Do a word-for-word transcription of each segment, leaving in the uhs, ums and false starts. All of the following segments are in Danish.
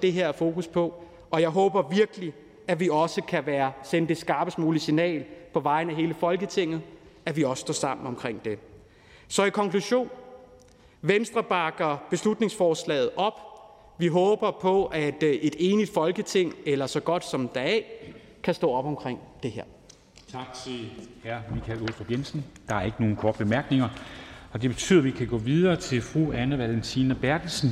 det her er fokus på, og jeg håber virkelig, at vi også kan være sende det skarpest mulige signal på vegne af hele Folketinget, at vi også står sammen omkring det. Så i konklusion, Venstre bakker beslutningsforslaget op. Vi håber på, at et enigt Folketing, eller så godt som der er, kan stå op omkring det her. Tak til hr. Michael Aastrup Jensen. Der er ikke nogen korte bemærkninger, og det betyder, at vi kan gå videre til fru Anne Valentina Berthelsen,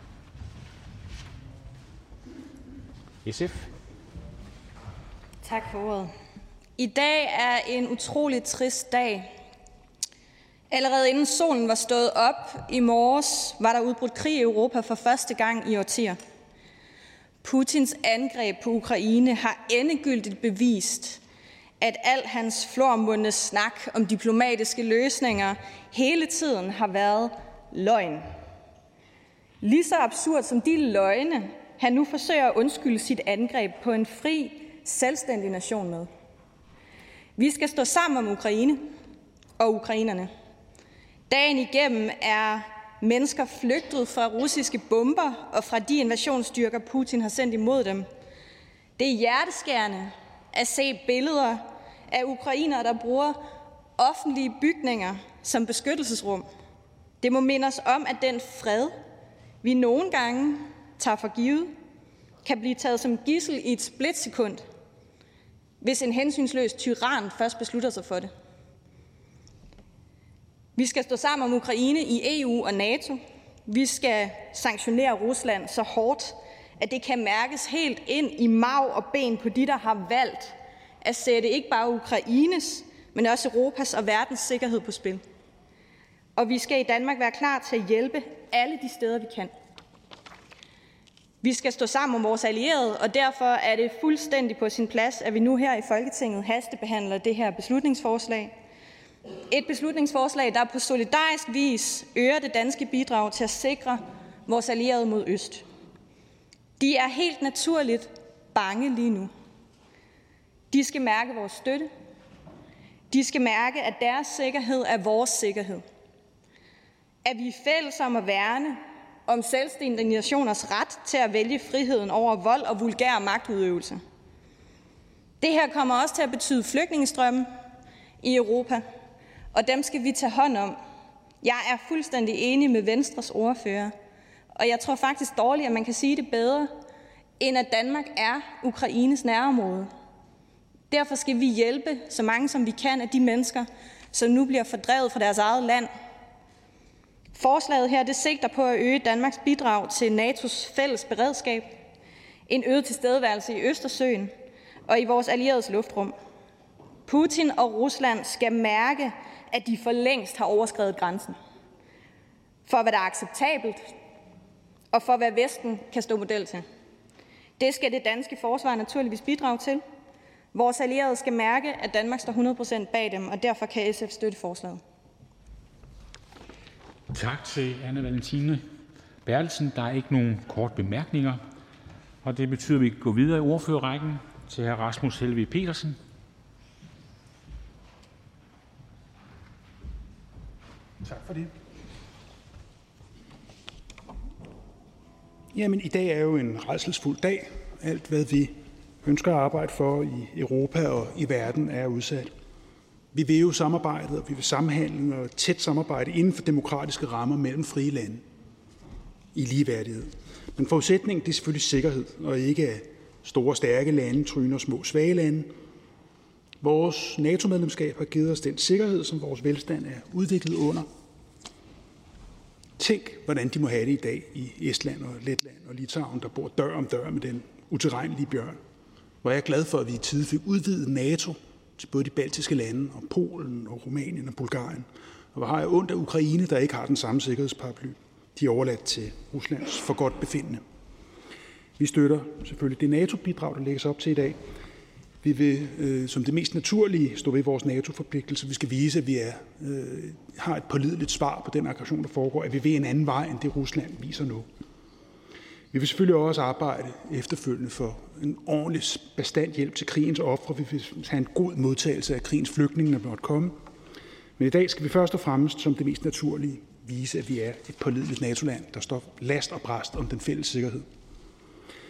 S F. Tak for ordet. I dag er en utrolig trist dag. Allerede inden solen var stået op i morges, var der udbrudt krig i Europa for første gang i årtier. Putins angreb på Ukraine har endegyldigt bevist, at al hans flormundne snak om diplomatiske løsninger hele tiden har været løgn. Lige så absurd som de løgne, han nu forsøger at undskylde sit angreb på en fri, selvstændig nation med. Vi skal stå sammen om Ukraine og ukrainerne. Dagen igennem er mennesker flygtet fra russiske bomber og fra de invasionsstyrker, Putin har sendt imod dem. Det er hjerteskærende at se billeder af ukrainere, der bruger offentlige bygninger som beskyttelsesrum. Det må minde os om, at den fred, vi nogle gange tager for givet, kan blive taget som gidsel i et splitsekund, hvis en hensynsløs tyran først beslutter sig for det. Vi skal stå sammen om Ukraine i E U og NATO. Vi skal sanktionere Rusland så hårdt, at det kan mærkes helt ind i marv og ben på de, der har valgt at sætte ikke bare Ukraines, men også Europas og verdens sikkerhed på spil. Og vi skal i Danmark være klar til at hjælpe alle de steder, vi kan. Vi skal stå sammen om vores allierede, og derfor er det fuldstændig på sin plads, at vi nu her i Folketinget hastebehandler det her beslutningsforslag. Et beslutningsforslag, der på solidarisk vis øger det danske bidrag til at sikre vores allierede mod øst. De er helt naturligt bange lige nu. De skal mærke vores støtte. De skal mærke, at deres sikkerhed er vores sikkerhed. At vi er fælles om at værne om selvstændige nationers ret til at vælge friheden over vold og vulgær magtudøvelse. Det her kommer også til at betyde flygtningestrømme i Europa, og dem skal vi tage hånd om. Jeg er fuldstændig enig med Venstres ordfører, og jeg tror faktisk dårligt, at man kan sige det bedre, end at Danmark er Ukraines nærområde. Derfor skal vi hjælpe så mange som vi kan af de mennesker, som nu bliver fordrevet fra deres eget land. Forslaget her det sigter på at øge Danmarks bidrag til N A T O's fælles beredskab, en øget tilstedeværelse i Østersøen og i vores allieredes luftrum. Putin og Rusland skal mærke, at de for længst har overskredet grænsen for, hvad der er acceptabelt, og for, hvad Vesten kan stå model til. Det skal det danske forsvar naturligvis bidrage til. Vores allierede skal mærke, at Danmark står hundrede procent bag dem, og derfor kan S F støtte forslaget. Tak til Anne Valentine Berthelsen. Der er ikke nogen kort bemærkninger, og det betyder, at vi kan gå videre i ordførerrækken til hr. Rasmus Helveg Petersen. Tak for det. Jamen, i dag er jo en rædselsfuld dag. Alt, hvad vi ønsker at arbejde for i Europa og i verden, er udsat. Vi vil jo samarbejde, og vi vil samhandle og tæt samarbejde inden for demokratiske rammer mellem frie lande i ligeværdighed. Men forudsætningen det er selvfølgelig sikkerhed, og ikke af store, stærke lande tryner små, svage lande. Vores NATO-medlemskab har givet os den sikkerhed, som vores velstand er udviklet under. Tænk, hvordan de må have det i dag i Estland og Letland og Litauen, der bor dør om dør med den utilregnelige bjørn. Hvor jeg er glad for, at vi i tide fik udvidet NATO til både de baltiske lande og Polen og Rumænien og Bulgarien. Og hvor har jeg ondt af Ukraine, der ikke har den samme sikkerhedsparaply. De er overladt til Ruslands for godt befindende. Vi støtter selvfølgelig det NATO-bidrag, der lægges op til i dag. Vi vil øh, som det mest naturlige stå ved vores NATO-forpligtelse. Vi skal vise, at vi er, øh, har et pålideligt svar på den aggression, der foregår, at vi vil en anden vej, end det Rusland viser nu. Vi vil selvfølgelig også arbejde efterfølgende for en ordentlig bestandt hjælp til krigens ofre. Vi vil have en god modtagelse af krigens flygtninge, når måtte komme. Men i dag skal vi først og fremmest som det mest naturlige vise, at vi er et pålideligt NATO-land, der står last og brast om den fælles sikkerhed.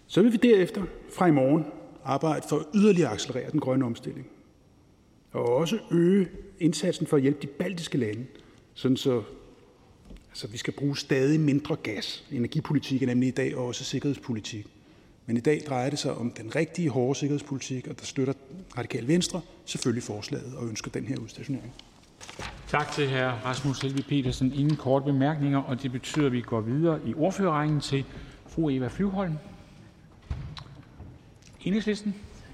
Så vil vi derefter fra i morgen arbejde for at yderligere accelerere den grønne omstilling. Og også øge indsatsen for at hjælpe de baltiske lande, sådan så altså, vi skal bruge stadig mindre gas. Energipolitik er nemlig i dag også sikkerhedspolitik. Men i dag drejer det sig om den rigtige hårde sikkerhedspolitik, og der støtter Radikale Venstre selvfølgelig forslaget og ønsker den her udstationering. Tak til hr. Rasmus Helveg Petersen. Ingen korte bemærkninger, og det betyder, at vi går videre i ordførerrækken til fru Eva Flyvholm, Enhedslisten.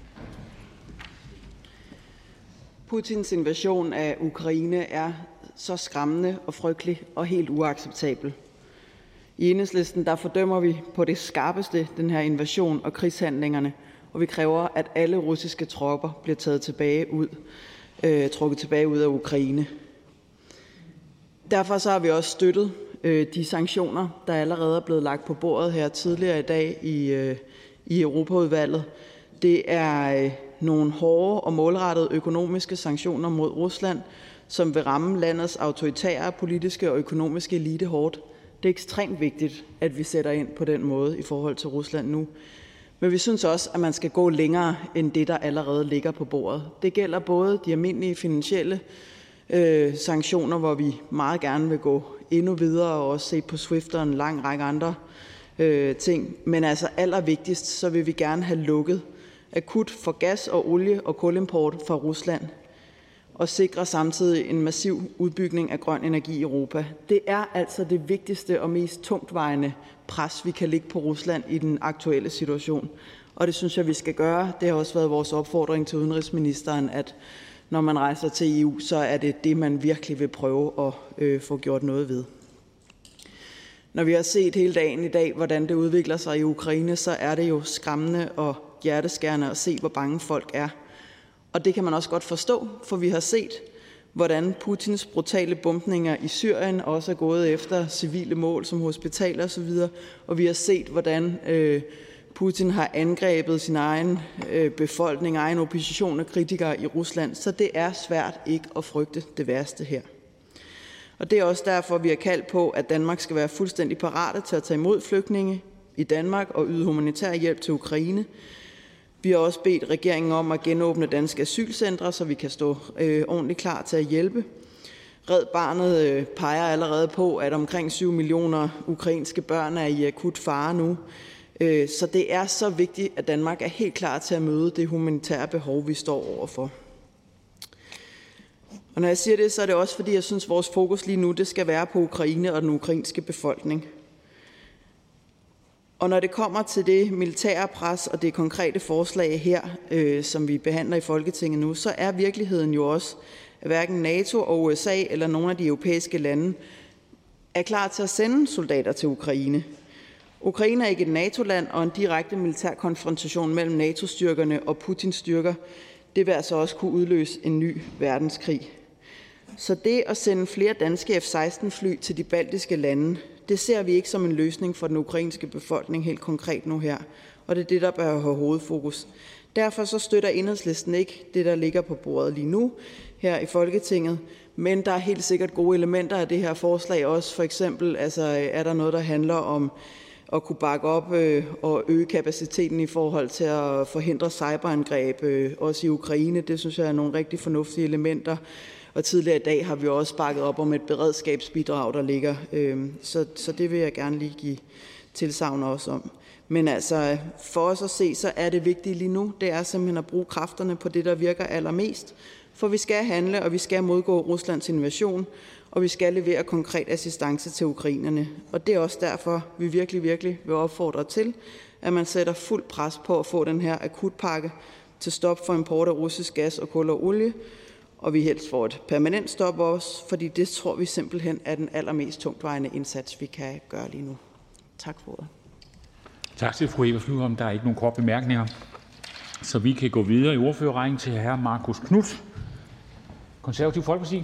Putins invasion af Ukraine er så skræmmende og frygtelig og helt uacceptabel. I Enhedslisten der fordømmer vi på det skarpeste den her invasion og krigshandlingerne, og vi kræver, at alle russiske tropper bliver taget tilbage ud, øh, trukket tilbage ud af Ukraine. Derfor så har vi også støttet øh, de sanktioner, der allerede er blevet lagt på bordet her tidligere i dag i, øh, i Europaudvalget. Det er øh, nogle hårde og målrettede økonomiske sanktioner mod Rusland, som vil ramme landets autoritære, politiske og økonomiske elite hårdt. Det er ekstremt vigtigt, at vi sætter ind på den måde i forhold til Rusland nu. Men vi synes også, at man skal gå længere end det, der allerede ligger på bordet. Det gælder både de almindelige finansielle øh, sanktioner, hvor vi meget gerne vil gå endnu videre og også se på SWIFT og en lang række andre øh, ting. Men altså allervigtigst, så vil vi gerne have lukket akut for gas og olie og kulimport fra Rusland og sikre samtidig en massiv udbygning af grøn energi i Europa. Det er altså det vigtigste og mest tungtvejende pres, vi kan lægge på Rusland i den aktuelle situation. Og det synes jeg, vi skal gøre. Det har også været vores opfordring til udenrigsministeren, at når man rejser til E U, så er det det, man virkelig vil prøve at øh, få gjort noget ved. Når vi har set hele dagen i dag, hvordan det udvikler sig i Ukraine, så er det jo skræmmende og hjerteskærende at se, hvor bange folk er. Og det kan man også godt forstå, for vi har set, hvordan Putins brutale bombninger i Syrien også er gået efter civile mål som hospitaler osv. Og vi har set, hvordan øh, Putin har angrebet sin egen øh, befolkning, egen opposition og kritikere i Rusland. Så det er svært ikke at frygte det værste her. Og det er også derfor, vi har kaldt på, at Danmark skal være fuldstændig parate til at tage imod flygtninge i Danmark og yde humanitær hjælp til Ukraine. Vi har også bedt regeringen om at genåbne danske asylcentre, så vi kan stå øh, ordentligt klar til at hjælpe. Red Barnet øh, peger allerede på, at omkring syv millioner ukrainske børn er i akut fare nu. Øh, så det er så vigtigt, at Danmark er helt klar til at møde det humanitære behov, vi står overfor. Og når jeg siger det, så er det også fordi, jeg synes, at vores fokus lige nu det skal være på Ukraine og den ukrainske befolkning. Og når det kommer til det militære pres og det konkrete forslag her, øh, som vi behandler i Folketinget nu, så er virkeligheden jo også, at hverken NATO og U S A eller nogle af de europæiske lande er klar til at sende soldater til Ukraine. Ukraine er ikke et NATO-land, og en direkte militær konfrontation mellem NATO-styrkerne og Putins styrker, det vil altså også kunne udløse en ny verdenskrig. Så det at sende flere danske F seksten fly til de baltiske lande, det ser vi ikke som en løsning for den ukrainske befolkning helt konkret nu her, og det er det, der bør have hovedfokus. Derfor så støtter Enhedslisten ikke det, der ligger på bordet lige nu her i Folketinget, men der er helt sikkert gode elementer af det her forslag også. For eksempel altså, er der noget, der handler om at kunne bakke op øh, og øge kapaciteten i forhold til at forhindre cyberangreb, øh, også i Ukraine. Det synes jeg er nogle rigtig fornuftige elementer. Og tidligere i dag har vi også bakket op om et beredskabsbidrag, der ligger. Øh, så, så det vil jeg gerne lige give tilsagn også om. Men altså, for os at se, så er det vigtige lige nu, det er simpelthen at bruge kræfterne på det, der virker allermest. For vi skal handle, og vi skal modgå Ruslands invasion, og vi skal levere konkret assistance til ukrainerne. Og det er også derfor, vi virkelig, virkelig vil opfordre til, at man sætter fuld pres på at få den her akutpakke til stop for import af russisk gas og kul og olie, og vi helst får et permanent stop også, fordi det tror vi simpelthen er den allermest tungtvejende indsats, vi kan gøre lige nu. Tak for ordet. Tak til fru Eva Flyvholm. Der er ikke nogen korte bemærkninger, så vi kan gå videre i ordførerrækken til hr. Marcus Knuth, Konservative Folkeparti.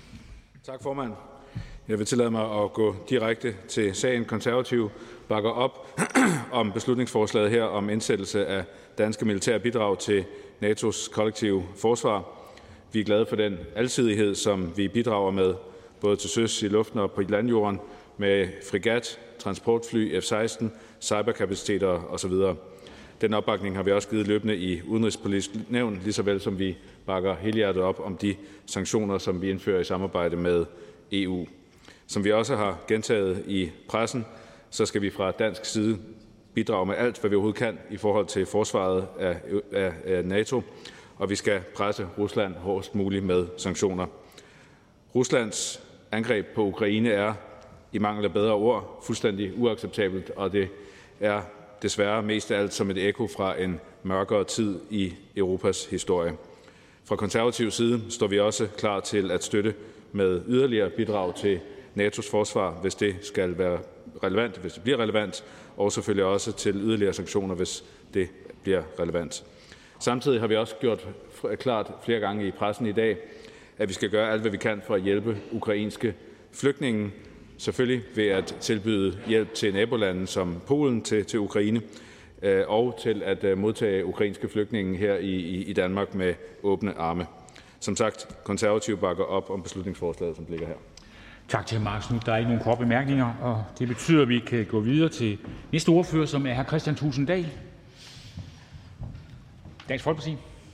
Tak, formand. Jeg vil tillade mig at gå direkte til sagen. Konservative bakker op om beslutningsforslaget her om indsættelse af danske militære bidrag til N A T O's kollektive forsvar. Vi er glade for den alsidighed, som vi bidrager med, både til søs, i luften og på landjorden, med fregat, transportfly, F seksten, cyberkapaciteter osv. Den opbakning har vi også givet løbende i Udenrigspolitisk Nævn, lige så vel som vi bakker helhjertet op om de sanktioner, som vi indfører i samarbejde med E U. Som vi også har gentaget i pressen, så skal vi fra dansk side bidrage med alt, hvad vi overhovedet kan i forhold til forsvaret af, af, af NATO, og vi skal presse Rusland hårdest muligt med sanktioner. Ruslands angreb på Ukraine er, i mangel af bedre ord, fuldstændig uacceptabelt, og det er desværre mest af alt som et ekko fra en mørkere tid i Europas historie. Fra konservativ side står vi også klar til at støtte med yderligere bidrag til N A T O's forsvar, hvis det skal være relevant, hvis det bliver relevant, og selvfølgelig også til yderligere sanktioner, hvis det bliver relevant. Samtidig har vi også gjort klart flere gange i pressen i dag, at vi skal gøre alt, hvad vi kan for at hjælpe ukrainske flygtninge, selvfølgelig ved at tilbyde hjælp til nabolande som Polen til, til Ukraine, øh, og til at øh, modtage ukrainske flygtninge her i, i, i Danmark med åbne arme. Som sagt, konservative bakker op om beslutningsforslaget, som ligger her. Tak til hr. Marcus Knuth. Der er ikke nogen korte bemærkninger, og det betyder, at vi kan gå videre til næste ordfører, som er hr. Kristian Thulesen Dahl, Dansk Folkeparti.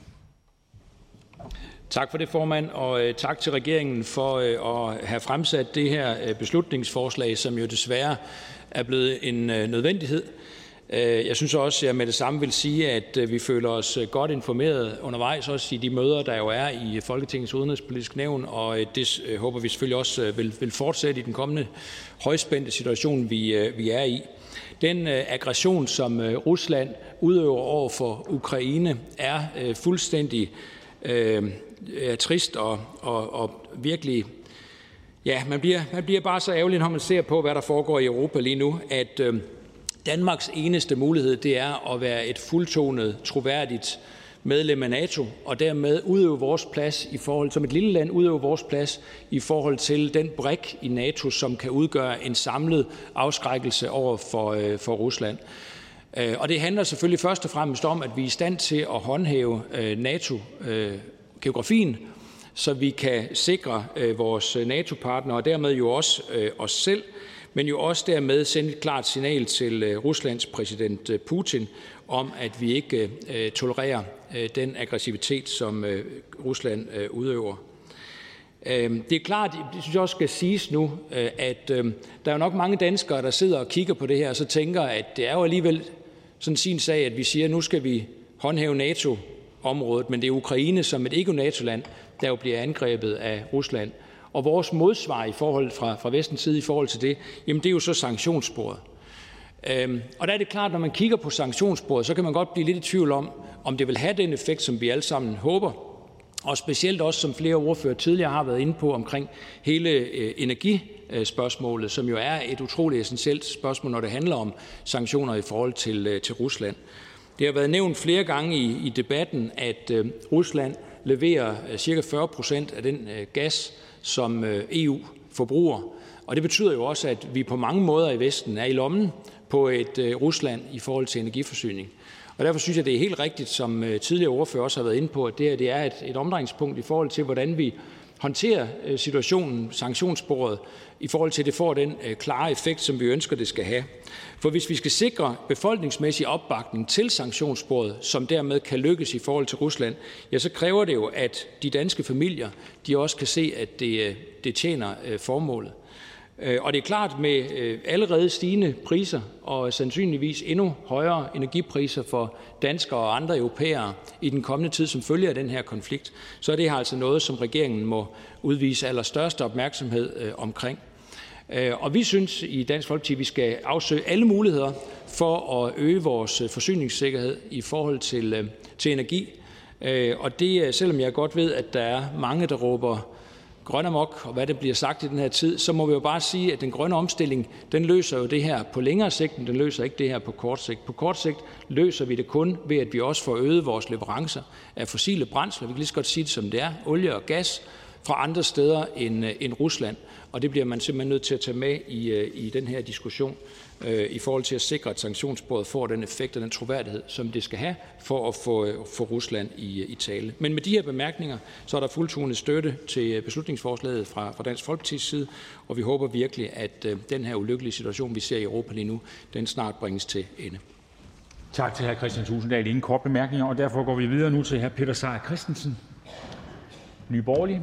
Tak for det, formand, og tak til regeringen for at have fremsat det her beslutningsforslag, som jo desværre er blevet en nødvendighed. Jeg synes også, at jeg med det samme vil sige, at vi føler os godt informeret undervejs, også i de møder, der jo er i Folketingets Udenrigspolitiske Nævn, og det håber vi selvfølgelig også vil, vil fortsætte i den kommende højspændte situation, vi, vi er i. Den aggression, som Rusland udøver over for Ukraine, er fuldstændig øh, trist og, og, og virkelig. Ja, man bliver, man bliver bare så ærgerlig, når man ser på, hvad der foregår i Europa lige nu, at øh, Danmarks eneste mulighed, det er at være et fuldtonet, troværdigt medlem af NATO, og dermed udøve vores plads i forhold, som et lille land udøve vores plads i forhold til den brik i NATO, som kan udgøre en samlet afskrækkelse over for, øh, for Rusland. Øh, og det handler selvfølgelig først og fremmest om, at vi er i stand til at håndhæve øh, NATO-geografien, øh, så vi kan sikre øh, vores NATO-partnere, og dermed jo også øh, os selv, men jo også dermed sende et klart signal til øh, Ruslands præsident øh, Putin om, at vi ikke øh, tolererer øh, den aggressivitet, som øh, Rusland øh, udøver. Øh, det er klart, det synes jeg også skal siges nu, øh, at øh, der er jo nok mange danskere, der sidder og kigger på det her, og så tænker, at det er jo alligevel sådan sin sag, at vi siger, at nu skal vi håndhæve NATO-området, men det er Ukraine som et ikke-NATO-land, der jo bliver angrebet af Rusland. Og vores modsvar i forhold fra, fra vestens side i forhold til det, jamen det er jo så sanktionssporet. Øhm, og der er det klart, når man kigger på sanktionssporet, så kan man godt blive lidt i tvivl om, om det vil have den effekt, som vi alle sammen håber. Og specielt også, som flere ordfører tidligere har været inde på, omkring hele øh, energispørgsmålet, som jo er et utroligt essentielt spørgsmål, når det handler om sanktioner i forhold til, øh, til Rusland. Det har været nævnt flere gange i, i debatten, at øh, Rusland leverer øh, cirka fyrre procent af den øh, gas, som øh, E U forbruger. Og det betyder jo også, at vi på mange måder i Vesten er i lommen på et øh, Rusland i forhold til energiforsyning. Og derfor synes jeg, det er helt rigtigt, som øh, tidligere ordfører også har været inde på, at det her det er et, et omdrejningspunkt i forhold til, hvordan vi håndterer øh, situationen, sanktionssporet, i forhold til, at det får den øh, klare effekt, som vi ønsker, det skal have. For hvis vi skal sikre befolkningsmæssig opbakning til sanktionssporet, som dermed kan lykkes i forhold til Rusland, ja, så kræver det jo, at de danske familier, de også kan se, at det, det tjener øh, formålet. Og det er klart, med allerede stigende priser og sandsynligvis endnu højere energipriser for danskere og andre europæere i den kommende tid, som følge af den her konflikt, så er det her altså noget, som regeringen må udvise allerstørste opmærksomhed omkring. Og vi synes i Dansk Folkeparti, at vi skal afsøge alle muligheder for at øge vores forsyningssikkerhed i forhold til, til energi. Og det, selvom jeg godt ved, at der er mange, der råber grøn amok, og hvad det bliver sagt i den her tid, så må vi jo bare sige, at den grønne omstilling, den løser jo det her på længere sigt, men den løser ikke det her på kort sigt. På kort sigt løser vi det kun ved, at vi også får øget vores leverancer af fossile brændsler. Vi kan lige så godt sige det, som det er. Olie og gas fra andre steder end, end Rusland. Og det bliver man simpelthen nødt til at tage med i, i den her diskussion. øh, i forhold til at sikre, at sanktionssporet får den effekt og den troværdighed, som det skal have for at få, få Rusland i, i tale. Men med de her bemærkninger, så er der fuldtonet støtte til beslutningsforslaget fra, fra Dansk Folkepartis side, og vi håber virkelig, at øh, den her ulykkelige situation, vi ser i Europa lige nu, den snart bringes til ende. Tak til hr. Kristian Thulesen Dahl. Ingen kort bemærkninger, og derfor går vi videre nu til hr. Peter Seier Christensen, Nye Borgerlige.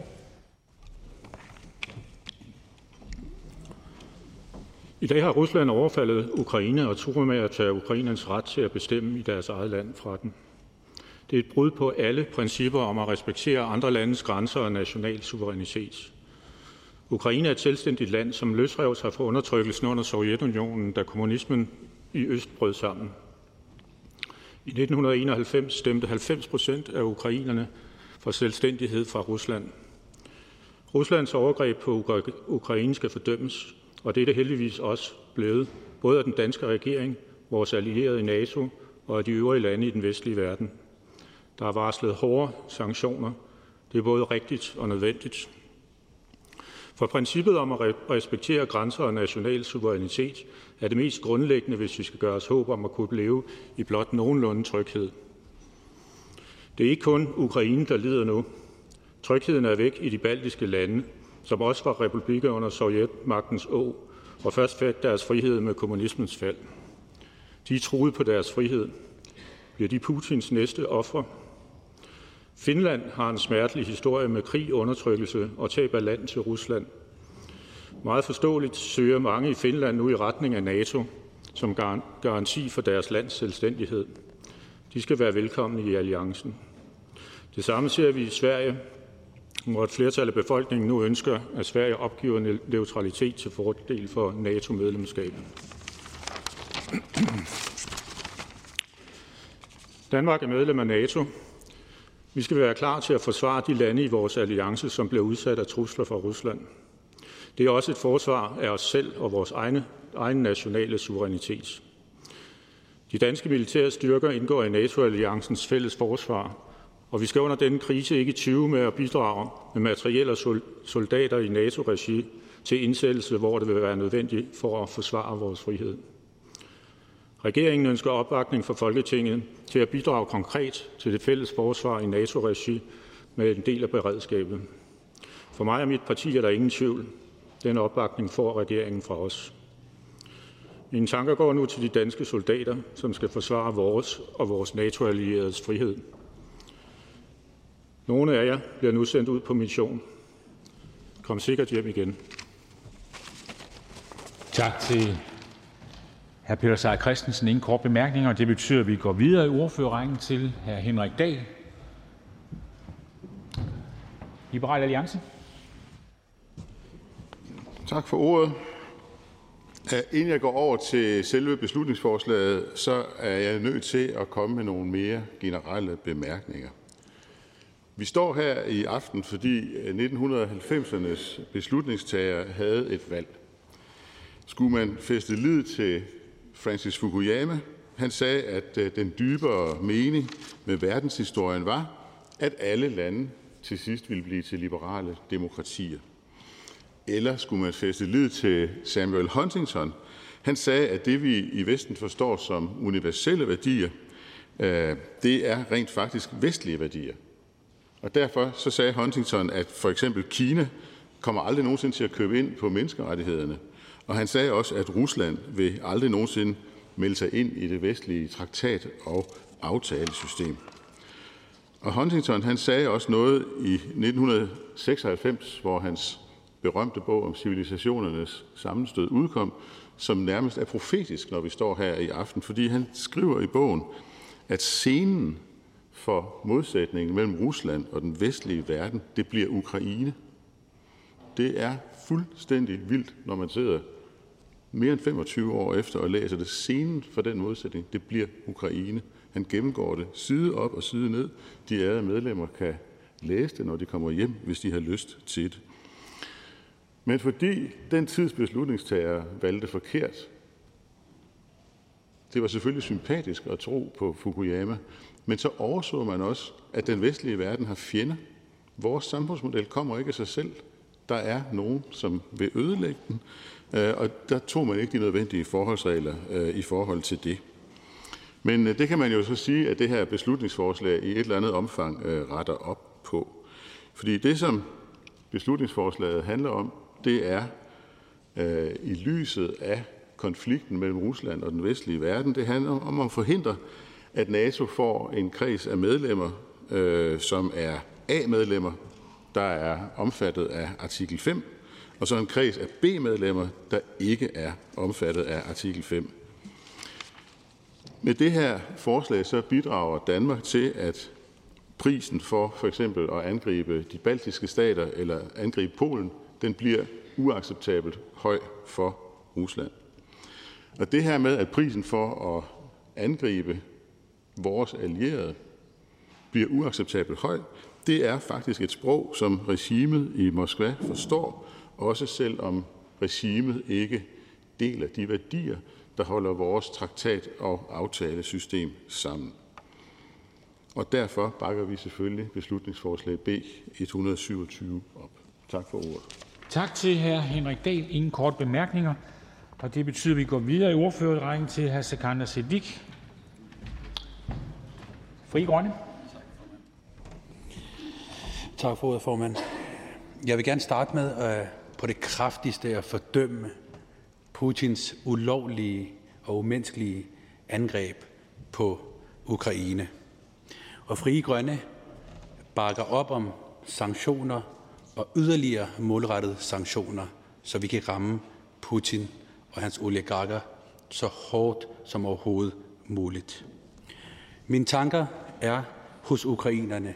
I dag har Rusland overfaldet Ukraine og truer med at tage ukrainernes ret til at bestemme i deres eget land fra dem. Det er et brud på alle principper om at respektere andre landes grænser og national suverænitet. Ukraine er et selvstændigt land, som løsrev sig fra undertrykkelsen under Sovjetunionen, da kommunismen i øst brød sammen. I nitten enoghalvfems stemte halvfems procent af ukrainerne for selvstændighed fra Rusland. Ruslands overgreb på Ukraine skal fordømmes, og det er det heldigvis også blevet, både af den danske regering, vores allierede i NATO og af de øvrige lande i den vestlige verden. Der er varslet hårde sanktioner. Det er både rigtigt og nødvendigt. For princippet om at respektere grænser og national suverænitet er det mest grundlæggende, hvis vi skal gøre os håb om at kunne leve i blot nogenlunde tryghed. Det er ikke kun Ukraine, der lider nu. Trygheden er væk i de baltiske lande, som også var republikker under sovjetmagtens åg, og først fik deres frihed med kommunismens fald. De er truet på deres frihed. Bliver de Putins næste ofre? Finland har en smertelig historie med krig, undertrykkelse og tab af land til Rusland. Meget forståeligt søger mange i Finland nu i retning af NATO som garanti for deres lands selvstændighed. De skal være velkomne i alliancen. Det samme ser vi i Sverige, hvor et flertal af befolkningen nu ønsker, at Sverige opgiver neutralitet til fordel for NATO-medlemskab. Danmark er medlem af NATO. Vi skal være klar til at forsvare de lande i vores alliance, som bliver udsat af trusler fra Rusland. Det er også et forsvar af os selv og vores egne, egen nationale suverænitet. De danske militære styrker indgår i NATO-alliancens fælles forsvar, og vi skal under denne krise ikke tøve med at bidrage med materiel og soldater i NATO-regi til indsættelse, hvor det vil være nødvendigt for at forsvare vores frihed. Regeringen ønsker opbakning fra Folketinget til at bidrage konkret til det fælles forsvar i NATO-regi med en del af beredskabet. For mig og mit parti er der ingen tvivl. Den opbakning får regeringen fra os. Mine tanker går nu til de danske soldater, som skal forsvare vores og vores NATO-allieredes frihed. Nogle af jer bliver nu sendt ud på mission. Kom sikkert hjem igen. Tak til hr. Peter Seier Christensen. Ingen kort bemærkninger. Det betyder, at vi går videre i ordførerrækken til hr. Henrik Dahl, Liberal Alliance. Tak for ordet. Inden jeg går over til selve beslutningsforslaget, så er jeg nødt til at komme med nogle mere generelle bemærkninger. Vi står her i aften, fordi nitten halvfemsernes beslutningstagere havde et valg. Skulle man fæste lid til Francis Fukuyama? Han sagde, at den dybere mening med verdenshistorien var, at alle lande til sidst ville blive til liberale demokratier. Eller skulle man fæste lid til Samuel Huntington? Han sagde, at det vi i Vesten forstår som universelle værdier, det er rent faktisk vestlige værdier. Og derfor så sagde Huntington, at for eksempel Kina kommer aldrig nogensinde til at købe ind på menneskerettighederne. Og han sagde også, at Rusland vil aldrig nogensinde melde sig ind i det vestlige traktat- og aftalesystem. Og Huntington han sagde også noget i nitten seksoghalvfems, hvor hans berømte bog om civilisationernes sammenstød udkom, som nærmest er profetisk, når vi står her i aften, fordi han skriver i bogen, at scenen for modsætningen mellem Rusland og den vestlige verden, det bliver Ukraine. Det er fuldstændig vildt, når man sidder mere end femogtyve år efter og læser det. Scenen for den modsætning, det bliver Ukraine. Han gennemgår det side op og side ned. De ærede medlemmer kan læse det, når de kommer hjem, hvis de har lyst til det. Men fordi den tids beslutningstagere valgte forkert, det var selvfølgelig sympatisk at tro på Fukuyama, men så overså man også, at den vestlige verden har fjender. Vores samfundsmodel kommer ikke af sig selv. Der er nogen, som vil ødelægge den, og der tog man ikke de nødvendige forholdsregler i forhold til det. Men det kan man jo så sige, at det her beslutningsforslag i et eller andet omfang retter op på. Fordi det, som beslutningsforslaget handler om, det er i lyset af konflikten mellem Rusland og den vestlige verden, det handler om at forhindre, at NATO får en kreds af medlemmer, øh, som er A-medlemmer, der er omfattet af artikel fem, og så en kreds af B-medlemmer, der ikke er omfattet af artikel fem. Med det her forslag så bidrager Danmark til, at prisen for for eksempel at angribe de baltiske stater eller angribe Polen, den bliver uacceptabelt høj for Rusland. Og det her med, at prisen for at angribe vores allierede bliver uacceptabelt høj, det er faktisk et sprog, som regimet i Moskva forstår, også selvom regimet ikke deler de værdier, der holder vores traktat- og aftalesystem sammen. Og derfor bakker vi selvfølgelig beslutningsforslag B et hundrede syvogtyve op. Tak for ordet. Tak til hr. Henrik Dahl. Ingen korte bemærkninger. Og det betyder, at vi går videre i ordførerrækken til hr. Sikandar Siddique. Frie Grønne. Tak for ordet, formand. Jeg vil gerne starte med at på det kraftigste at fordømme Putins ulovlige og umenneskelige angreb på Ukraine. Og Frie Grønne bakker op om sanktioner og yderligere målrettede sanktioner, så vi kan ramme Putin og hans oligarker så hårdt som overhovedet muligt. Mine tanker er hos ukrainerne,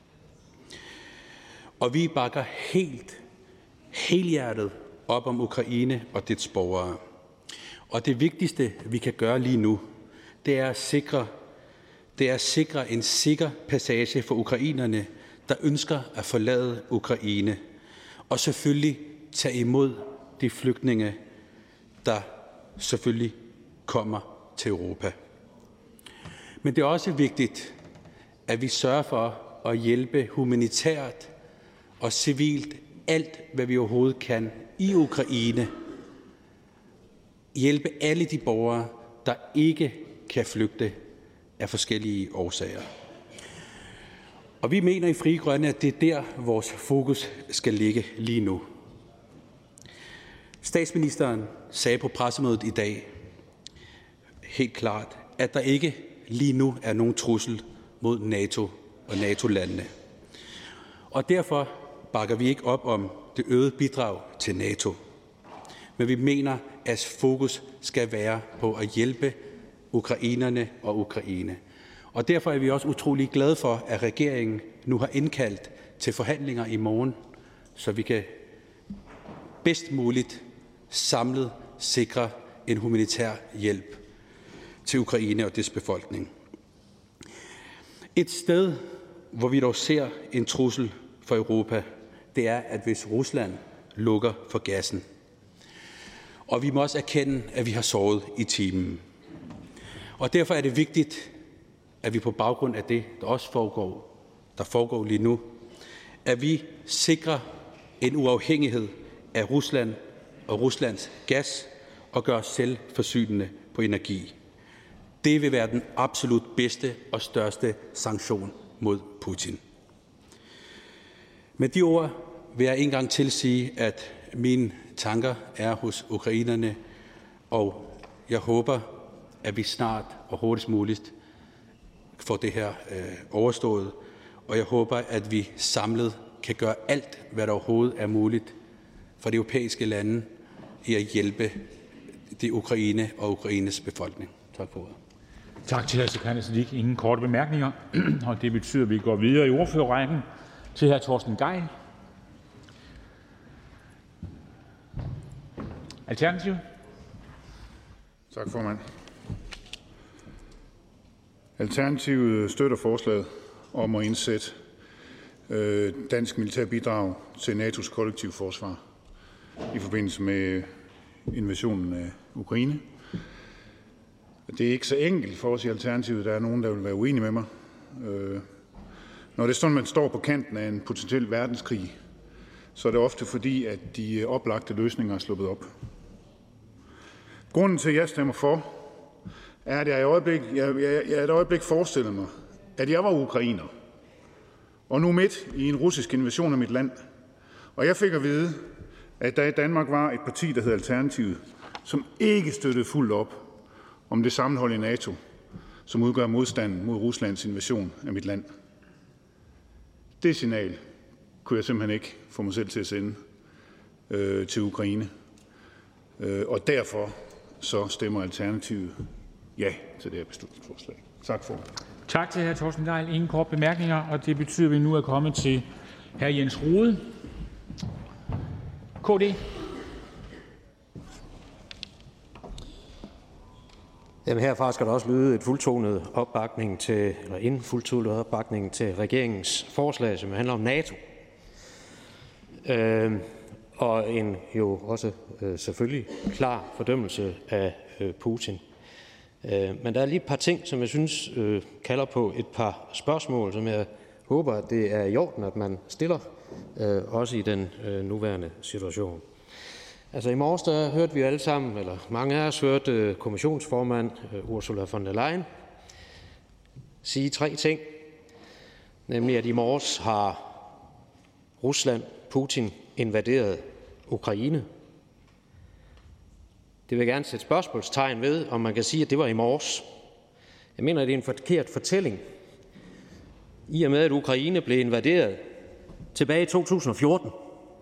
og vi bakker helt, helhjertet op om Ukraine og dets borgere. Og det vigtigste, vi kan gøre lige nu, det er at sikre, det er at sikre en sikker passage for ukrainerne, der ønsker at forlade Ukraine, og selvfølgelig tage imod de flygtninge, der selvfølgelig kommer til Europa. Men det er også vigtigt, at vi sørger for at hjælpe humanitært og civilt alt, hvad vi overhovedet kan i Ukraine. Hjælpe alle de borgere, der ikke kan flygte af forskellige årsager. Og vi mener i Frie Grønne, at det er der, vores fokus skal ligge lige nu. Statsministeren sagde på pressemødet i dag helt klart, at der ikke lige nu er nogen trussel mod NATO og NATO-landene. Og derfor bakker vi ikke op om det øgede bidrag til NATO. Men vi mener, at fokus skal være på at hjælpe ukrainerne og Ukraine. Og derfor er vi også utrolig glade for, at regeringen nu har indkaldt til forhandlinger i morgen, så vi kan bedst muligt samlet sikre en humanitær hjælp til Ukraine og dets befolkning. Et sted, hvor vi dog ser en trussel for Europa, det er, at hvis Rusland lukker for gassen. Og vi må også erkende, at vi har sovet i timen. Og derfor er det vigtigt, at vi på baggrund af det, der også foregår, der foregår lige nu, at vi sikrer en uafhængighed af Rusland og Ruslands gas og gør os selvforsynende på energi. Det vil være den absolut bedste og største sanktion mod Putin. Med de ord vil jeg en gang til sige, at mine tanker er hos ukrainerne, og jeg håber, at vi snart og hurtigst muligt får det her øh, overstået, og jeg håber, at vi samlet kan gøre alt, hvad der overhovedet er muligt for de europæiske lande i at hjælpe det Ukraine og Ukraines befolkning. Tak for ordet. Tak til hr. Sikandar Siddique. Ingen korte bemærkninger, og det betyder, at vi går videre i ordførerrækken til hr. Torsten Gejl. Alternativet. Tak, formand. Alternativet støtter forslaget om at indsætte øh, dansk militærbidrag til N A T O's kollektive forsvar i forbindelse med invasionen af Ukraine. Det er ikke så enkelt for os i Alternativet. Der er nogen, der vil være uenige med mig. Øh, når det er sådan, man står på kanten af en potentiel verdenskrig, så er det ofte fordi, at de oplagte løsninger er sluppet op. Grunden til, at jeg stemmer for, er, at jeg, i øjeblik, jeg, jeg, jeg et øjeblik forestiller mig, at jeg var ukrainer, og nu midt i en russisk invasion af mit land. Og jeg fik at vide, at der i Danmark var et parti, der hed Alternativet, som ikke støttede fuldt op om det sammenhold i NATO, som udgør modstanden mod Ruslands invasion af mit land. Det signal kunne jeg simpelthen ikke få mig selv til at sende øh, til Ukraine. Øh, og derfor så stemmer Alternativet ja til det her beslutningsforslag. Tak for det. Tak til hr. Torsten Gejl. Ingen kort bemærkninger, og det betyder, at vi nu er kommet til hr. Jens Rohde, K D. Jamen herfra skal der også lyde et fuldtonet opbakning til, eller en fuldtonet opbakning til regeringens forslag, som handler om NATO. Øh, og en jo også øh, selvfølgelig klar fordømmelse af øh, Putin. Øh, men der er lige et par ting, som jeg synes øh, kalder på et par spørgsmål, som jeg håber, at det er i orden, at man stiller, øh, også i den øh, nuværende situation. Altså i morges der hørte vi alle sammen, eller mange af os hørte øh, kommissionsformand øh, Ursula von der Leyen sige tre ting, nemlig at i morges har Rusland, Putin, invaderet Ukraine. Det vil jeg gerne sætte spørgsmålstegn ved, om man kan sige, at det var i morges. Jeg mener, at det er en forkert fortælling. I og med, at Ukraine blev invaderet tilbage i to tusind og fjorten,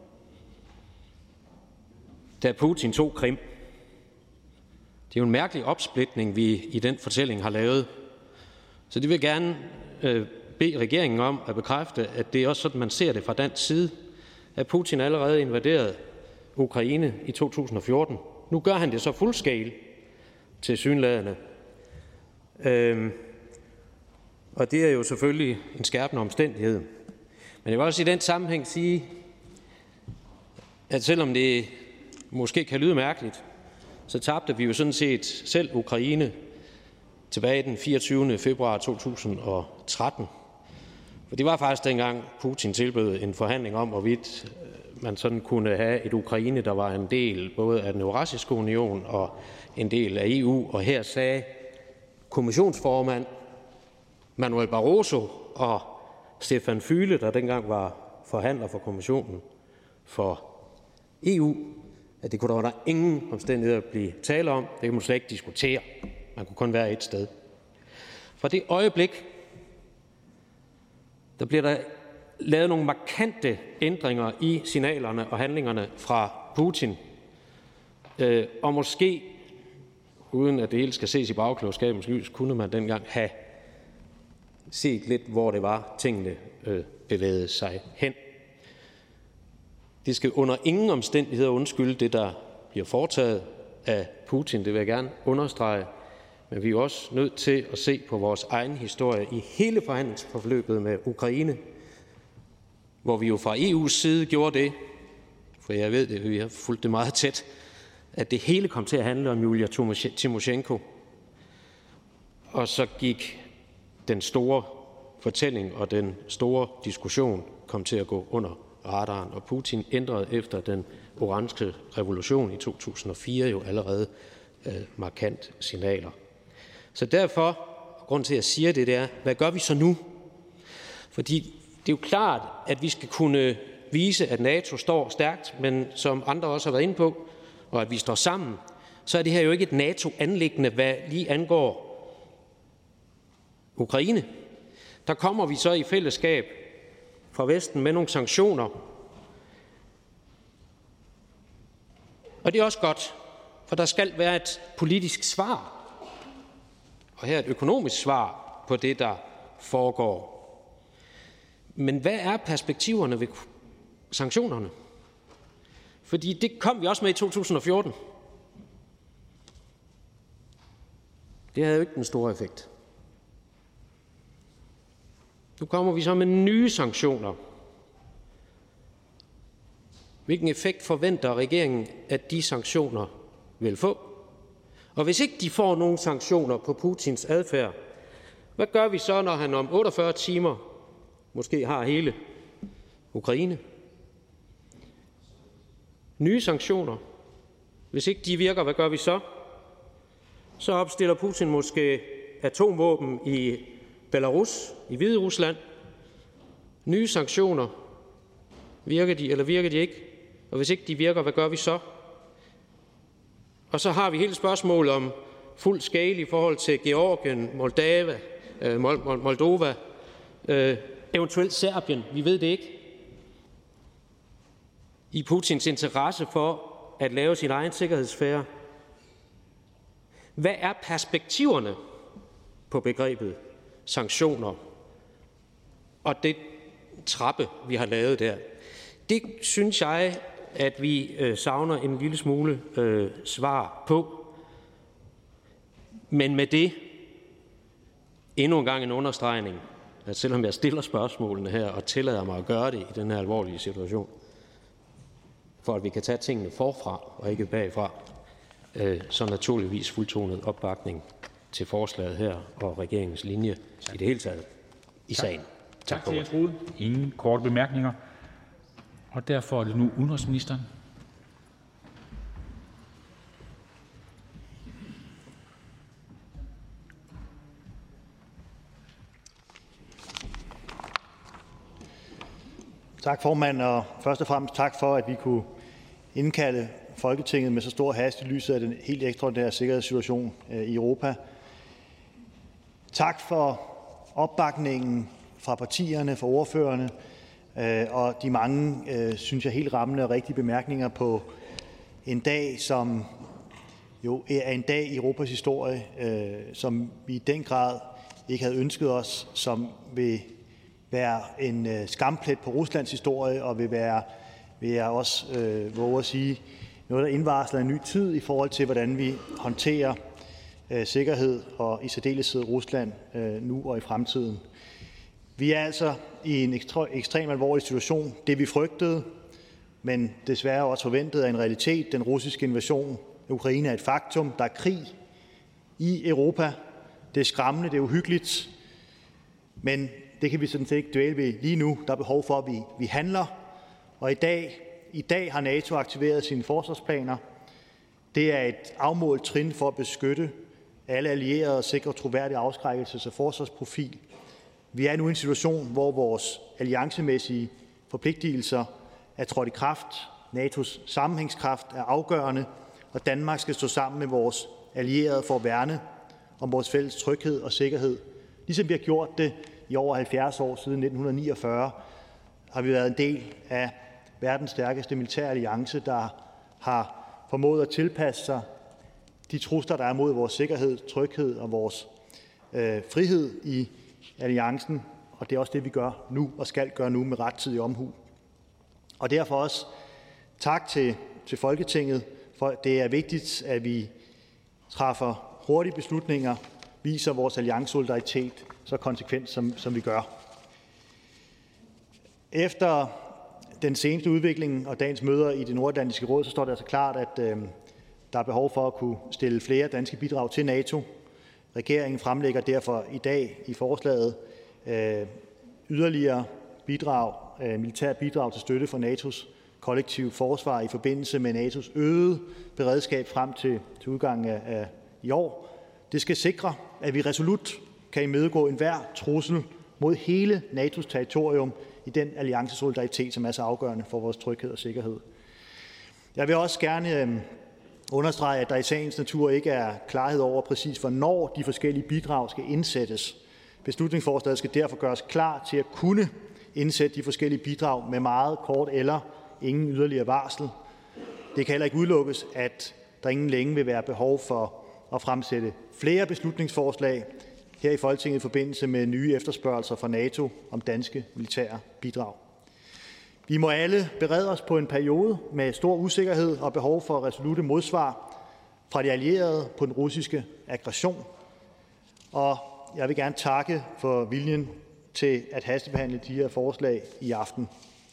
da Putin tog Krim. Det er jo en mærkelig opsplitning, vi i den fortælling har lavet. Så det vil jeg gerne øh, bede regeringen om at bekræfte, at det er også sådan, man ser det fra dansk side, at Putin allerede invaderede Ukraine i to tusind og fjorten. Nu gør han det så fuldskale til synlædende. Øhm, og det er jo selvfølgelig en skærpende omstændighed. Men jeg vil også i den sammenhæng sige, at selvom det måske kan lyde mærkeligt, så tabte vi jo sådan set selv Ukraine tilbage den fireogtyvende februar to tusind og tretten. For det var faktisk dengang, Putin tilbød en forhandling om, hvorvidt man sådan kunne have et Ukraine, der var en del både af den Eurasiske Union og en del af E U. Og her sagde kommissionsformand Manuel Barroso og Stefan Füle, der dengang var forhandler for kommissionen for E U, at det kunne der under ingen omstændigheder blive tale om. Det kan man slet ikke diskutere. Man kunne kun være et sted. Fra det øjeblik, der bliver der lavet nogle markante ændringer i signalerne og handlingerne fra Putin. Øh, og måske, uden at det hele skal ses i bagklogskabens lys, kunne man dengang have set lidt, hvor det var, tingene øh, bevægede sig hen. Det skal under ingen omstændigheder undskylde det, der bliver foretaget af Putin. Det vil jeg gerne understrege. Men vi er også nødt til at se på vores egen historie i hele forhandlingsforløbet med Ukraine, hvor vi jo fra E U's side gjorde det, for jeg ved det, vi har fulgt det meget tæt, at det hele kom til at handle om Julia Tymosjenko. Og så gik den store fortælling og den store diskussion kom til at gå under radaren, og Putin ændrede efter den orange revolution i to tusind og fire jo allerede øh, markant signaler. Så derfor, grund til at jeg siger det, det er, hvad gør vi så nu? Fordi det er jo klart, at vi skal kunne vise, at NATO står stærkt, men som andre også har været inde på, og at vi står sammen, så er det her jo ikke et NATO-anliggende, hvad lige angår Ukraine. Der kommer vi så i fællesskab fra Vesten med nogle sanktioner. Og det er også godt, for der skal være et politisk svar, og her et økonomisk svar på det, der foregår. Men hvad er perspektiverne ved sanktionerne? Fordi det kom vi også med i to tusind og fjorten. Det havde jo ikke den store effekt. Nu kommer vi så med nye sanktioner. Hvilken effekt forventer regeringen, at de sanktioner vil få? Og hvis ikke de får nogen sanktioner på Putins adfærd, hvad gør vi så, når han om otteogfyrre timer måske har hele Ukraine? Nye sanktioner. Hvis ikke de virker, hvad gør vi så? så opstiller Putin måske atomvåben i Belarus, i Hvide Rusland. Nye sanktioner. Virker de, eller virker de ikke? Og hvis ikke de virker, hvad gør vi så? Og så har vi hele spørgsmålet om fuld scale i forhold til Georgien, Moldava, øh, Moldova, øh, eventuelt Serbien. Vi ved det ikke. I Putins interesse for at lave sin egen sikkerhedssfære. Hvad er perspektiverne på begrebet sanktioner og det trappe, vi har lavet der? Det synes jeg, at vi øh, savner en lille smule øh, svar på. Men med det endnu en gang en understregning, at selvom jeg stiller spørgsmålene her og tillader mig at gøre det i den her alvorlige situation, for at vi kan tage tingene forfra og ikke bagfra, øh, så naturligvis fuldtonet opbakning til forslaget her og regeringens linje tak. I det hele taget i tak. Sagen. Tak, tak til jer, Trude. Ingen korte bemærkninger. Og derfor er det nu udenrigsministeren. Tak, formand, og først og fremmest tak for, at vi kunne indkalde Folketinget med så stor hast i lyset af den helt ekstraordinære sikkerhedssituation i Europa. Tak for opbakningen fra partierne, fra ordførerne, og de mange, synes jeg, helt rammende og rigtige bemærkninger på en dag, som jo er en dag i Europas historie, som vi i den grad ikke havde ønsket os, som vil være en skamplet på Ruslands historie, og vil være, vil jeg også øh, våge at sige, noget, der indvarsler en ny tid i forhold til, hvordan vi håndterer øh, sikkerhed og i særdeleshed Rusland øh, nu og i fremtiden. Vi er altså i en ekstre, ekstremt alvorlig situation. Det vi frygtede, men desværre også forventede, er en realitet. Den russiske invasion af Ukraine er et faktum. Der er krig i Europa. Det er skræmmende, det er uhyggeligt, men det kan vi sådan set ikke dvæle ved lige nu. Der er behov for, at vi, vi handler. Og i dag, i dag har NATO aktiveret sine forsvarsplaner. Det er et afmålt trin for at beskytte alle allierede og sikre troværdig afskrækkelses- og forsvarsprofil. Vi er nu i en situation, hvor vores alliancemæssige forpligtelser er trådt i kraft. NATO's sammenhængskraft er afgørende, og Danmark skal stå sammen med vores allierede for at værne om vores fælles tryghed og sikkerhed. Ligesom vi har gjort det i over halvfjerds år siden nitten niogfyrre, har vi været en del af verdens stærkeste militære alliance, der har formået at tilpasse sig de trusler, der er mod vores sikkerhed, tryghed og vores øh, frihed i alliancen. Og det er også det, vi gør nu og skal gøre nu med rettidig omhu. Og derfor også tak til, til Folketinget, for det er vigtigt, at vi træffer hurtige beslutninger, viser vores alliancesolidaritet så konsekvent, som, som vi gør. Efter den seneste udvikling og dagens møder i det nordatlantiske råd, så står det altså klart, at øh, der er behov for at kunne stille flere danske bidrag til NATO. Regeringen fremlægger derfor i dag i forslaget øh, yderligere bidrag, øh, militære bidrag til støtte for NATO's kollektive forsvar i forbindelse med NATO's øgede beredskab frem til, til udgangen af, af i år. Det skal sikre, at vi resolut kan imødegå enhver trussel mod hele NATO's territorium i den alliancesolidaritet, som er så afgørende for vores tryghed og sikkerhed. Jeg vil også gerne øh, understrege, at der i sagens natur ikke er klarhed over præcis, hvornår de forskellige bidrag skal indsættes. Beslutningsforslaget skal derfor gøres klar til at kunne indsætte de forskellige bidrag med meget kort eller ingen yderligere varsel. Det kan heller ikke udelukkes, at der ingen længe vil være behov for at fremsætte flere beslutningsforslag her i Folketinget i forbindelse med nye efterspørgelser fra NATO om danske militære bidrag. Vi må alle berede os på en periode med stor usikkerhed og behov for resolutte modsvar fra de allierede på den russiske aggression. Og jeg vil gerne takke for viljen til at hastebehandle de her forslag i aften.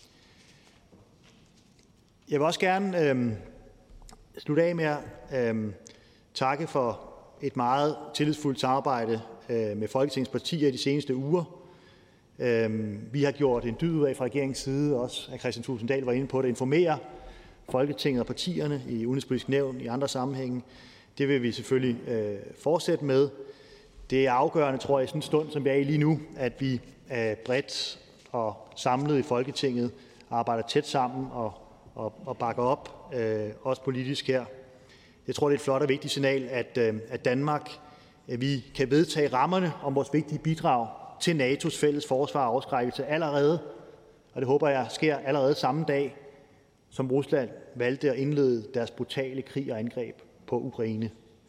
Jeg vil også gerne øh, slutte af med at øh, takke for et meget tillidsfuldt samarbejde øh, med Folketingets partier i de seneste uger. Øh, vi har gjort en dyd ud af fra regeringens side, også at Kristian Thulesen Dahl var inde på det, at informere Folketinget og partierne i Udenrigspolitisk Nævn i andre sammenhænge Det vil vi selvfølgelig øh, fortsætte med. Det er afgørende, tror jeg, i sådan en stund, som vi er i lige nu, at vi er bredt og samlet i Folketinget arbejder tæt sammen og, og, og bakker op, øh, også politisk her. Jeg tror, det er et flot og vigtigt signal, at, øh, at Danmark at vi kan vedtage rammerne om vores vigtige bidrag til N A T O's fælles forsvar og afskrækkelse allerede, og det håber jeg sker allerede samme dag, som Rusland valgte at indlede deres brutale krig og angreb på Ukraine.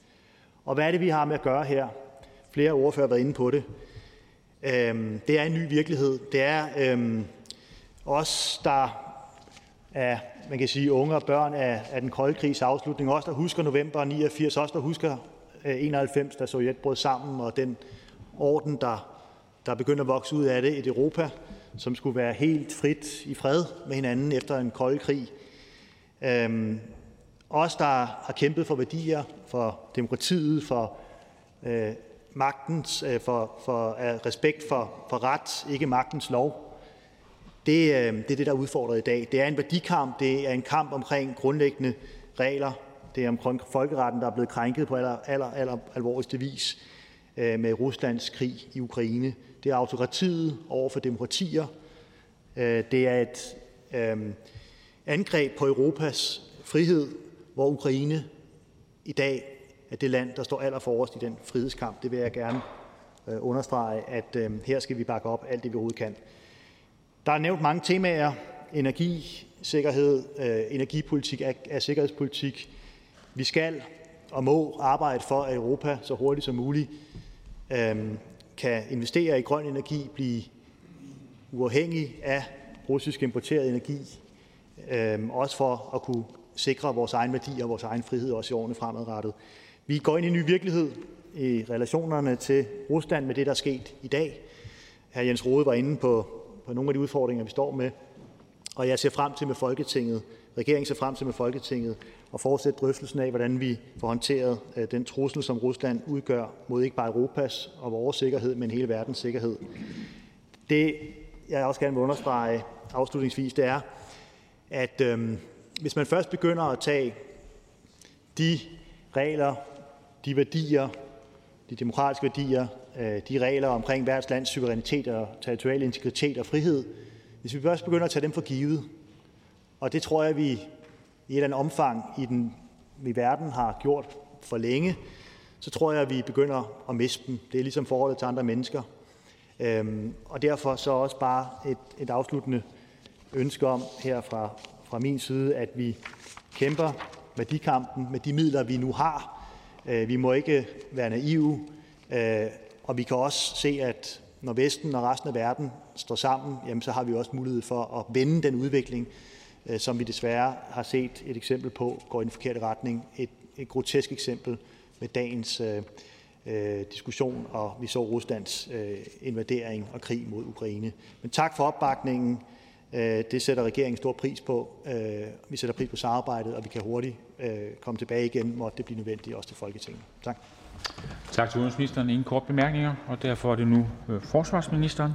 Og hvad er det, vi har med at gøre her? Flere ordførere har været inde på det. Øhm, det er en ny virkelighed. Det er øhm, os, der er, man kan sige, unge og børn af, af den kolde krigs afslutning. Os, der husker november niogfirs. Os, der husker øh, enoghalvfems, da Sovjet brød sammen, og den orden, der, der begyndte at vokse ud af det, et Europa, som skulle være helt frit i fred med hinanden efter en kold krig. Øhm, os, der har kæmpet for værdier, for demokratiet, for øh, magtens, øh, for, for øh, respekt for, for ret, ikke magtens lov. Det, øh, det er det, der er udfordret i dag. Det er en værdikamp, det er en kamp omkring grundlæggende regler. Det er omkring folkeretten, der er blevet krænket på aller, aller, aller alvorligste vis øh, med Ruslands krig i Ukraine. Det er autokratiet over for demokratier. Øh, det er et øh, angreb på Europas frihed, hvor Ukraine i dag er det land, der står allerforrest i den frihedskamp. Det vil jeg gerne øh, understrege, at øh, her skal vi bakke op alt det, vi overhovedet kan. Der er nævnt mange temaer. Energi, sikkerhed, øh, energipolitik er, er sikkerhedspolitik. Vi skal og må arbejde for, at Europa så hurtigt som muligt øh, kan investere i grøn energi, blive uafhængig af russisk importeret energi, øh, også for at kunne sikre vores egen værdi og vores egen frihed også i årene fremadrettet. Vi går ind i en ny virkelighed i relationerne til Rusland med det, der er sket i dag. Hr. Jens Rohde var inde på, på nogle af de udfordringer, vi står med, og jeg ser frem til med Folketinget, regeringen ser frem til med Folketinget, at fortsætte drøftelsen af, hvordan vi får håndteret øh, den trussel, som Rusland udgør mod ikke bare Europas og vores sikkerhed, men hele verdens sikkerhed. Det, jeg også gerne vil understrege afslutningsvis, det er, at øh, hvis man først begynder at tage de regler, de værdier, de demokratiske værdier, de regler omkring hvert lands suverænitet og territorial integritet og frihed, hvis vi først begynder at tage dem for givet, og det tror jeg, vi i et eller andet omfang i, den, i verden har gjort for længe, så tror jeg, at vi begynder at miste dem. Det er ligesom forholdet til andre mennesker. Øhm, og derfor så også bare et, et afsluttende ønske om her fra, fra min side, at vi kæmper værdikampen med de midler, vi nu har. Øh, vi må ikke være naive, øh, og vi kan også se, at når Vesten og resten af verden står sammen, jamen, så har vi også mulighed for at vende den udvikling, øh, som vi desværre har set et eksempel på, går i den forkerte retning. Et, et grotesk eksempel med dagens øh, øh, diskussion, og vi så Ruslands øh, invadering og krig mod Ukraine. Men tak for opbakningen. Det sætter regeringen stor pris på. Vi sætter pris på samarbejdet, og vi kan hurtigt komme tilbage igen, måtte det blive nødvendigt, også til Folketinget. Tak. Tak til udenrigsministeren. Ingen kort bemærkninger, og derfor er det nu forsvarsministeren.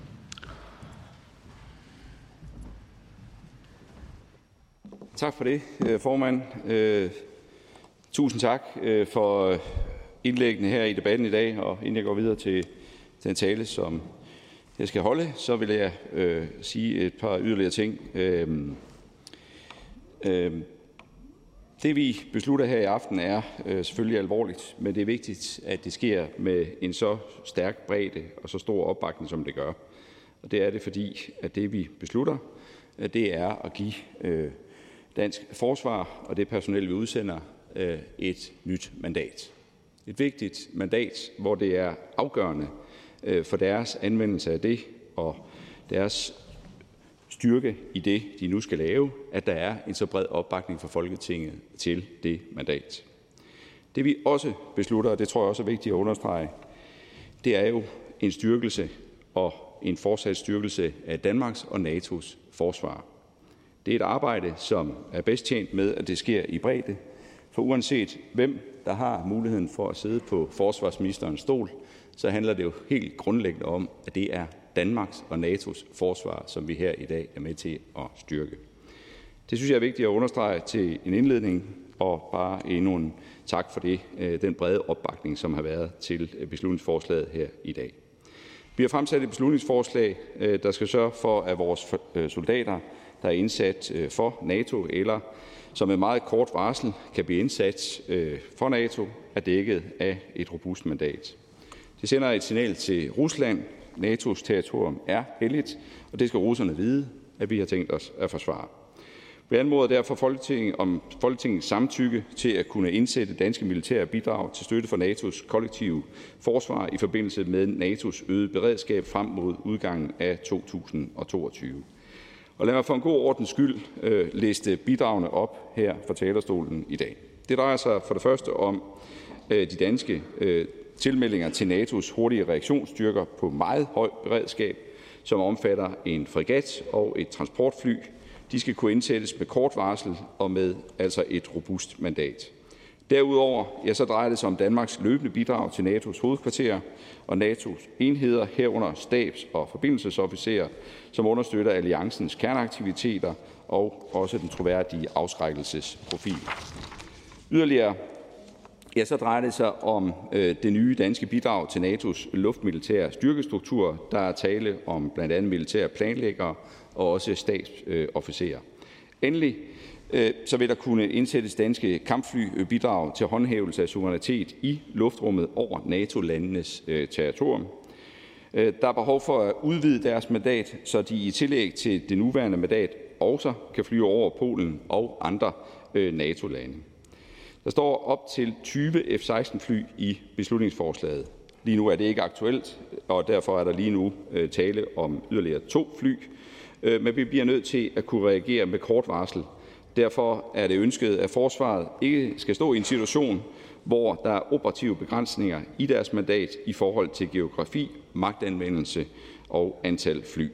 Tak for det, formand. Tusind tak for indlæggene her i debatten i dag, og inden jeg går videre til den tale, som jeg skal holde, så vil jeg øh, sige et par yderligere ting. Øh, øh, det vi beslutter her i aften er øh, selvfølgelig alvorligt, men det er vigtigt, at det sker med en så stærk bredde og så stor opbakning, som det gør. Og det er det, fordi at det vi beslutter, det er at give øh, dansk forsvar og det personel, vi udsender, øh, et nyt mandat. Et vigtigt mandat, hvor det er afgørende for deres anvendelse af det og deres styrke i det, de nu skal lave, at der er en så bred opbakning fra Folketinget til det mandat. Det vi også beslutter, og det tror jeg også er vigtigt at understrege, det er jo en styrkelse og en fortsat styrkelse af Danmarks og NATO's forsvar. Det er et arbejde, som er bedst tjent med, at det sker i bredde, for uanset hvem der har muligheden for at sidde på forsvarsministerens stol, så handler det jo helt grundlæggende om, at det er Danmarks og NATO's forsvar, som vi her i dag er med til at styrke. Det synes jeg er vigtigt at understrege til en indledning. Og bare endnu en tak for det, den brede opbakning, som har været til beslutningsforslaget her i dag. Vi har fremsat et beslutningsforslag, der skal sørge for, at vores soldater, der er indsat for NATO, eller som med meget kort varsel kan blive indsat for NATO, er dækket af et robust mandat. Det sender et signal til Rusland. N A T O's territorium er helligt, og det skal russerne vide, at vi har tænkt os at forsvare. Vi anmoder derfor Folketinget om Folketingets samtykke til at kunne indsætte danske militære bidrag til støtte for N A T O's kollektive forsvar i forbindelse med N A T O's øgede beredskab frem mod udgangen af to tusind og toogtyve. Og lad mig for en god ordens skyld øh, liste bidragene op her fra talerstolen i dag. Det drejer sig for det første om øh, de danske øh, tilmeldinger til N A T O's hurtige reaktionsstyrker på meget højt beredskab, som omfatter en fregat og et transportfly. De skal kunne indsættes med kort varsel og med altså et robust mandat. Derudover ja, så drejer det sig om Danmarks løbende bidrag til N A T O's hovedkvarter og N A T O's enheder, herunder stabs- og forbindelsesofficerer, som understøtter alliancens kerneaktiviteter og også den troværdige afskrækkelsesprofil. Yderligere ja, så drejer det sig om øh, det nye danske bidrag til N A T O's luftmilitære styrkestruktur. Der er tale om blandt andet militære planlæggere og også stabsofficerer. Endelig øh, så vil der kunne indsættes danske kampflybidrag til håndhævelse af suverænitet i luftrummet over NATO-landenes øh, territorium. Øh, der er behov for at udvide deres mandat, så de i tillæg til det nuværende mandat også kan flyve over Polen og andre øh, NATO-lande. Der står op til tyve F seksten fly i beslutningsforslaget. Lige nu er det ikke aktuelt, og derfor er der lige nu øh, tale om yderligere to fly, øh, men vi bliver nødt til at kunne reagere med kort varsel. Derfor er det ønsket, at forsvaret ikke skal stå i en situation, hvor der er operative begrænsninger i deres mandat i forhold til geografi, magtanvendelse og antal fly.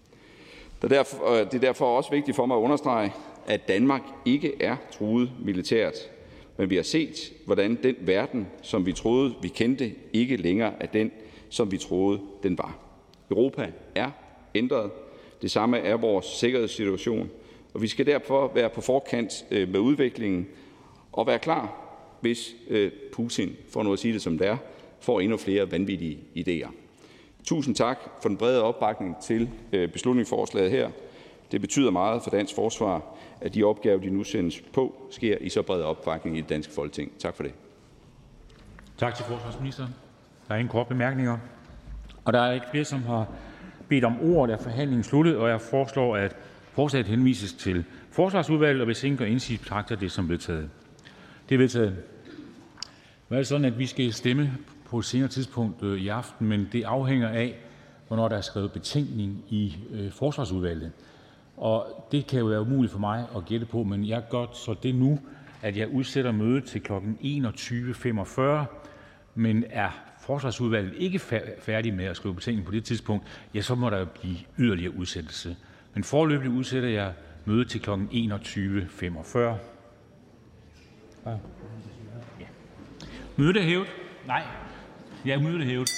Det er derfor også vigtigt for mig at understrege, at Danmark ikke er truet militært, men vi har set, hvordan den verden, som vi troede, vi kendte, ikke længere er den, som vi troede, den var. Europa er ændret. Det samme er vores sikkerhedssituation, og vi skal derfor være på forkant med udviklingen og være klar, hvis Putin, for nu at sige det som det er, får endnu flere vanvittige idéer. Tusind tak for den brede opbakning til beslutningsforslaget her. Det betyder meget for dansk forsvar, at de opgaver, de nu sendes på, sker i så bred opbakning i det danske Folketing. Tak for det. Tak til forsvarsministeren. Der er ingen korte bemærkninger. Og der er ikke flere, som har bedt om ordet, er forhandlingen sluttet, og jeg foreslår, at forslaget henvises til Forsvarsudvalget, og hvis ingen gør indsigelse, betragter det som vedtaget. Det er vedtaget. Nu er det sådan, at vi skal stemme på et senere tidspunkt i aften, men det afhænger af, hvornår der er skrevet betænkning i øh, Forsvarsudvalget. Og det kan jo være umuligt for mig at gætte på, men jeg gør så det nu, at jeg udsætter mødet til kl. enogtyve femogfyrre, men er Forsvarsudvalget ikke færdig med at skrive betænkning på det tidspunkt, ja, så må der blive yderligere udsættelse. Men foreløbig udsætter jeg mødet til kl. enogtyve femogfyrre. Ja. Mødet er hævet. Nej, ja, mødet er hævet.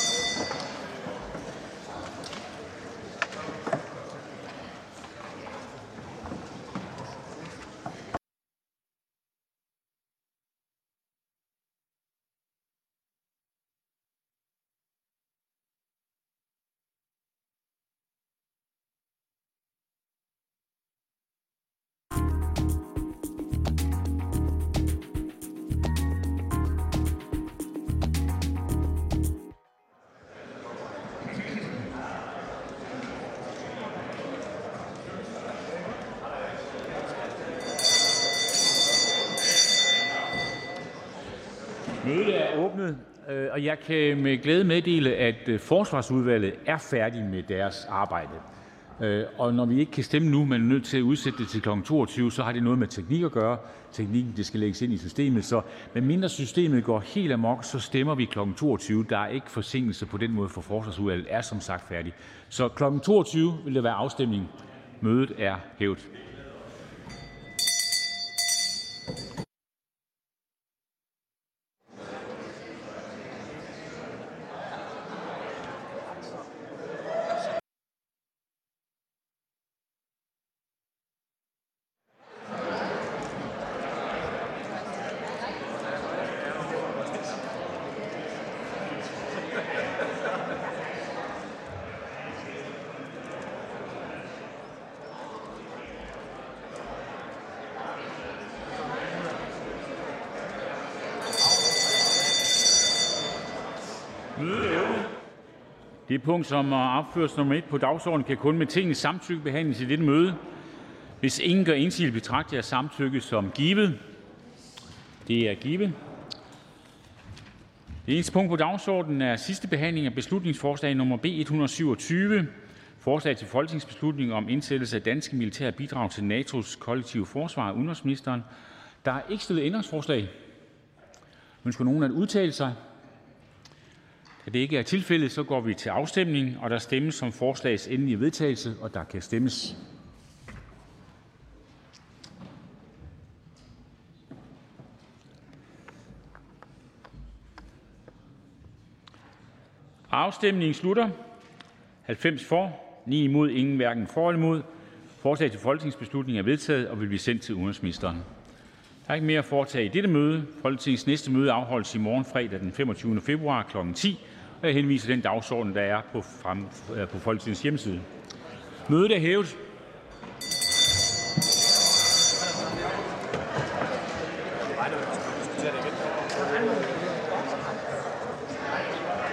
Mødet er åbnet, og jeg kan med glæde meddele, at Forsvarsudvalget er færdig med deres arbejde. Og når vi ikke kan stemme nu, men er nødt til at udsætte det til kl. toogtyve, så har det noget med teknik at gøre. Teknikken det skal lægges ind i systemet, så medmindre systemet går helt amok, så stemmer vi kl. toogtyve. Der er ikke forsinkelse på den måde, for Forsvarsudvalget er som sagt færdig. Så kl. toogtyve vil der være afstemning. Mødet er hævet. Det punkt, som er opført nummer et på dagsordenen, kan kun med Tingets samtykke behandles i dette møde. Hvis ingen gør indsigelse, betragter jeg samtykke som givet. Det er givet. Det eneste punkt på dagsordenen er sidste behandling af beslutningsforslag nummer B et hundrede og syvogtyve. Forslag til folketingsbeslutning om indsættelse af danske militære bidrag til N A T O's kollektive forsvar af udenrigsministeren. Der er ikke stillet ændringsforslag. Ønsker nogen at udtale sig? Da det ikke er tilfældet, så går vi til afstemning, og der stemmes som forslagets endelige vedtagelse, og der kan stemmes. Afstemningen slutter. halvfems for, ni imod, ingen hverken for eller imod. Forslag til folketingsbeslutning er vedtaget og vil blive sendt til udenrigsministeren. Der er ikke mere at foretage i dette møde. Folketingets næste møde afholdes i morgen fredag den femogtyvende februar klokken ti. Og jeg henviser den dagsorden, der er på, frem, på Folketingets hjemmeside. Mødet er hævet. Thank you.